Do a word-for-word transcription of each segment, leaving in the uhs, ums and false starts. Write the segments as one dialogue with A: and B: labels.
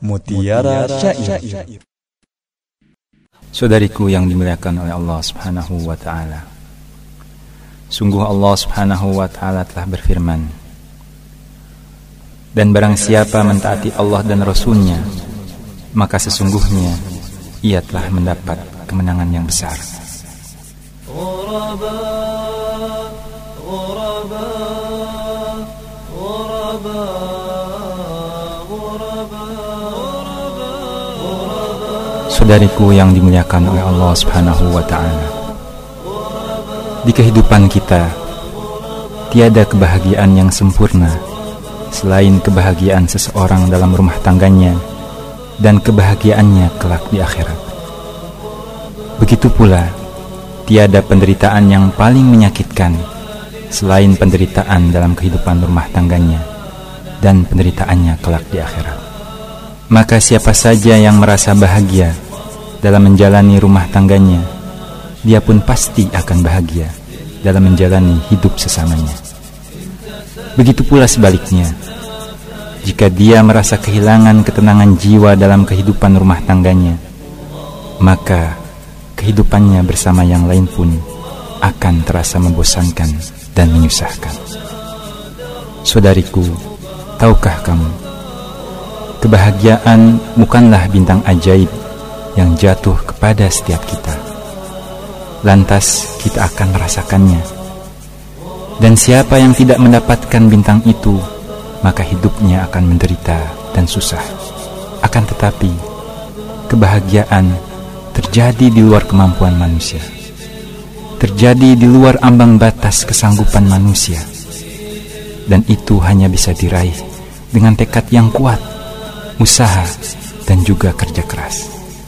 A: Mutiara Syair.
B: Saudariku yang dimuliakan oleh Allah Subhanahu wa ta'ala, sungguh Allah Subhanahu wa ta'ala telah berfirman, dan barang siapa mentaati Allah dan Rasul-Nya, maka sesungguhnya ia telah mendapat kemenangan yang besar. Ghuraba, ghuraba, ghuraba, ghuraba, ghuraba. Saudariku yang dimuliakan oleh Allah Subhanahu wa ta'ala, di kehidupan kita tiada kebahagiaan yang sempurna selain kebahagiaan seseorang dalam rumah tangganya dan kebahagiaannya kelak di akhirat. Begitu pula tiada penderitaan yang paling menyakitkan selain penderitaan dalam kehidupan rumah tangganya dan penderitaannya kelak di akhirat. Maka siapa saja yang merasa bahagia dalam menjalani rumah tangganya, dia pun pasti akan bahagia dalam menjalani hidup sesamanya. Begitu pula sebaliknya, jika dia merasa kehilangan ketenangan jiwa dalam kehidupan rumah tangganya, maka kehidupannya bersama yang lain pun akan terasa membosankan dan menyusahkan. Saudariku, tahukah kamu, kebahagiaan bukanlah bintang ajaib yang jatuh kepada setiap kita. Lantas kita akan merasakannya. Dan siapa yang tidak mendapatkan bintang itu, maka hidupnya akan menderita dan susah. Akan tetapi, kebahagiaan terjadi di luar kemampuan manusia, terjadi di luar ambang batas kesanggupan manusia, dan itu hanya bisa diraih dengan tekad yang kuat, usaha, dan juga kerja keras.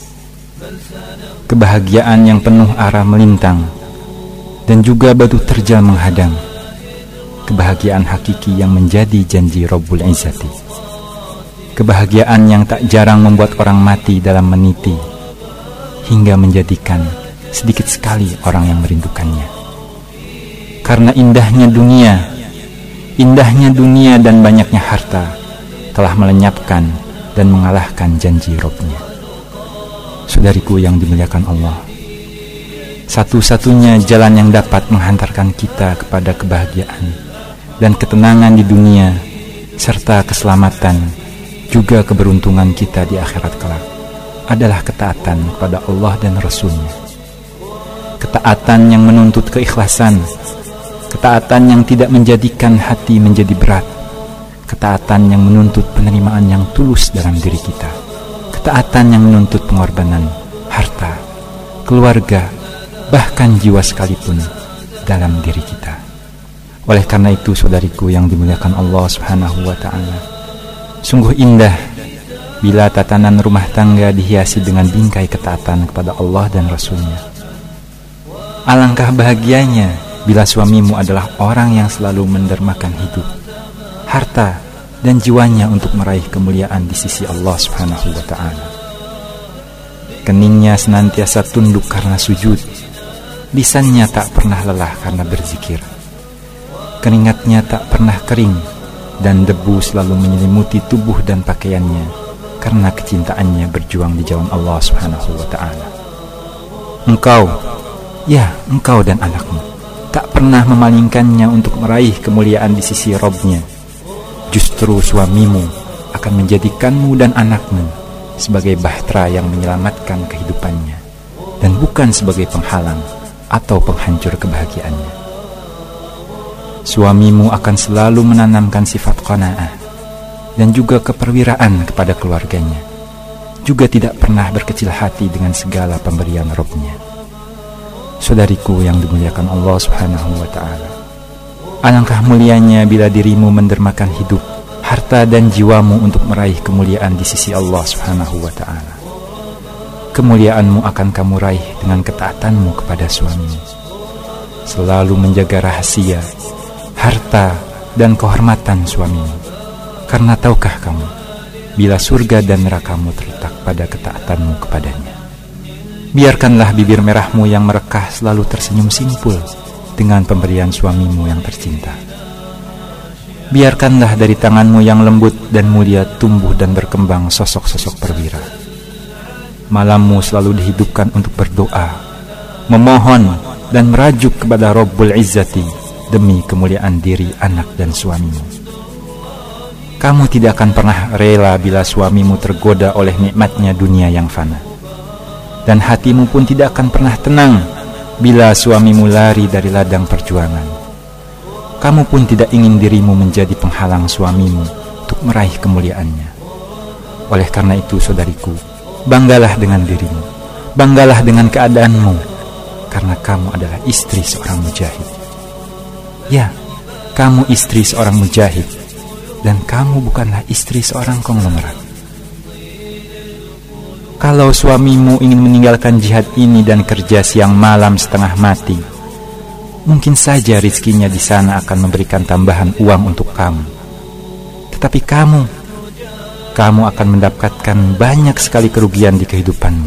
B: Kebahagiaan yang penuh arah melintang dan juga batu terjal menghadang, kebahagiaan hakiki yang menjadi janji Rabbul Izzati, kebahagiaan yang tak jarang membuat orang mati dalam meniti, hingga menjadikan sedikit sekali orang yang merindukannya. Karena indahnya dunia, indahnya dunia dan banyaknya harta telah melenyapkan dan mengalahkan janji Rabb-Nya. Saudariku yang dimuliakan Allah, satu-satunya jalan yang dapat menghantarkan kita kepada kebahagiaan dan ketenangan di dunia serta keselamatan juga keberuntungan kita di akhirat kelak adalah ketaatan kepada Allah dan Rasul-Nya. Ketaatan yang menuntut keikhlasan, ketaatan yang tidak menjadikan hati menjadi berat, ketaatan yang menuntut penerimaan yang tulus dalam diri kita, ketaatan yang menuntut pengorbanan harta, keluarga, bahkan jiwa sekalipun dalam diri kita. Oleh karena itu, saudariku yang dimuliakan Allah Subhanahu wa ta'ala, sungguh indah bila tatanan rumah tangga dihiasi dengan bingkai ketaatan kepada Allah dan Rasul-Nya. Alangkah bahagianya bila suamimu adalah orang yang selalu mendermakan hidup, harta, dan jiwanya untuk meraih kemuliaan di sisi Allah Subhanahu wa ta'ala. Keningnya senantiasa tunduk karena sujud, lisannya tak pernah lelah karena berzikir, keringatnya tak pernah kering, dan debu selalu menyelimuti tubuh dan pakaiannya karena kecintaannya berjuang di jalan Allah Subhanahu wa ta'ala. Engkau, ya engkau dan anakmu, tak pernah memalingkannya untuk meraih kemuliaan di sisi Rabb-Nya. Justru suamimu akan menjadikanmu dan anakmu sebagai bahtera yang menyelamatkan kehidupannya, dan bukan sebagai penghalang atau penghancur kebahagiaannya. Suamimu akan selalu menanamkan sifat qanaah dan juga keperwiraan kepada keluarganya, juga tidak pernah berkecil hati dengan segala pemberian Rabb-Nya. Saudariku yang dimuliakan Allah Subhanahu wa ta'ala, alangkah mulianya bila dirimu mendermakan hidup, harta, dan jiwamu untuk meraih kemuliaan di sisi Allah Subhanahu wa ta'ala. Kemuliaanmu akan kamu raih dengan ketaatanmu kepada suamimu, selalu menjaga rahasia, harta, dan kehormatan suamimu. Karena tahukah kamu, bila surga dan nerakamu terletak pada ketaatanmu kepadanya. Biarkanlah bibir merahmu yang merekah selalu tersenyum simpul dengan pemberian suamimu yang tercinta. biarkanlah dari tanganmu yang lembut dan mulia tumbuh dan berkembang sosok-sosok perwira. Malammu selalu dihidupkan untuk berdoa, memohon dan merajuk kepada Rabbul Izzati demi kemuliaan diri anak dan suamimu. Kamu tidak akan pernah rela bila suamimu tergoda oleh nikmatnya dunia yang fana. Dan hatimu pun tidak akan pernah tenang bila suamimu lari dari ladang perjuangan. Kamu pun tidak ingin dirimu menjadi penghalang suamimu untuk meraih kemuliaannya. Oleh karena itu, saudariku, banggalah dengan dirimu, banggalah dengan keadaanmu, karena kamu adalah istri seorang mujahid. Ya, kamu istri seorang mujahid, dan kamu bukanlah istri seorang konglomerat. Kalau suamimu ingin meninggalkan jihad ini dan kerja siang malam setengah mati, mungkin saja rizkinya di sana akan memberikan tambahan uang untuk kamu. Tetapi kamu, kamu akan mendapatkan banyak sekali kerugian di kehidupanmu.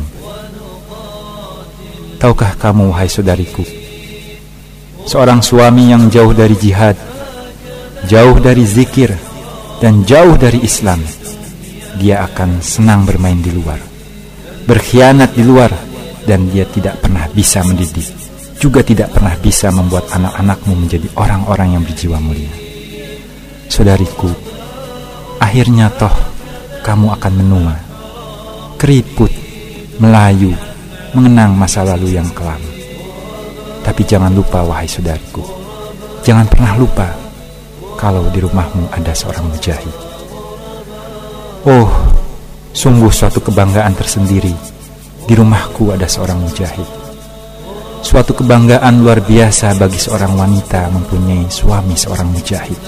B: Tahukah kamu, wahai saudariku, seorang suami yang jauh dari jihad, jauh dari zikir, dan jauh dari Islam, dia akan senang bermain di luar, berkhianat di luar, dan dia tidak pernah bisa mendidik, juga tidak pernah bisa membuat anak-anakmu menjadi orang-orang yang berjiwa mulia. Saudariku, akhirnya toh kamu akan menua, keriput, melayu, mengenang masa lalu yang kelam. Tapi jangan lupa, wahai saudariku, jangan pernah lupa kalau di rumahmu ada seorang mujahid. Oh, sungguh suatu kebanggaan tersendiri, di rumahku ada seorang mujahid. Suatu kebanggaan luar biasa bagi seorang wanita mempunyai suami seorang mujahid.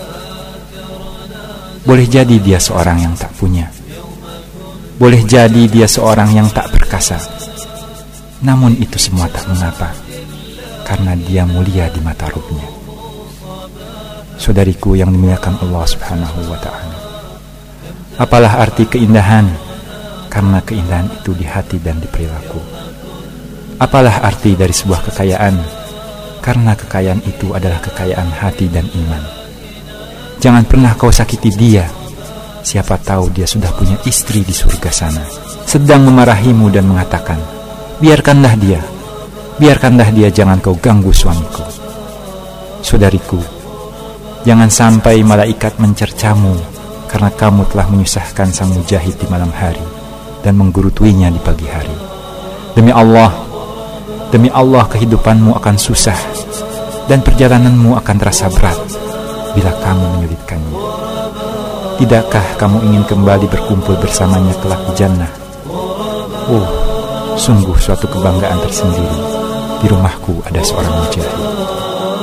B: Boleh jadi dia seorang yang tak punya, boleh jadi dia seorang yang tak perkasa, namun itu semua tak mengapa, karena dia mulia di mata Rabbnya. Saudariku yang dimuliakan Allah Subhanahu wa ta'ala, apalah arti keindahan? Karena keindahan itu di hati dan di perilaku. Apalah arti dari sebuah kekayaan? Karena kekayaan itu adalah kekayaan hati dan iman. Jangan pernah kau sakiti dia. Siapa tahu dia sudah punya istri di surga sana, sedang memarahimu dan mengatakan, biarkanlah dia, biarkanlah dia, jangan kau ganggu suamiku. Saudariku, jangan sampai malaikat mencercamu karena kamu telah menyusahkan sang mujahid di malam hari dan menggerutuinya di pagi hari. Demi Allah, demi Allah kehidupanmu akan susah dan perjalananmu akan terasa berat bila kamu menyulitkannya. Tidakkah kamu ingin kembali berkumpul bersamanya kelak di jannah? Oh, sungguh suatu kebanggaan tersendiri, di rumahku ada seorang mujahid.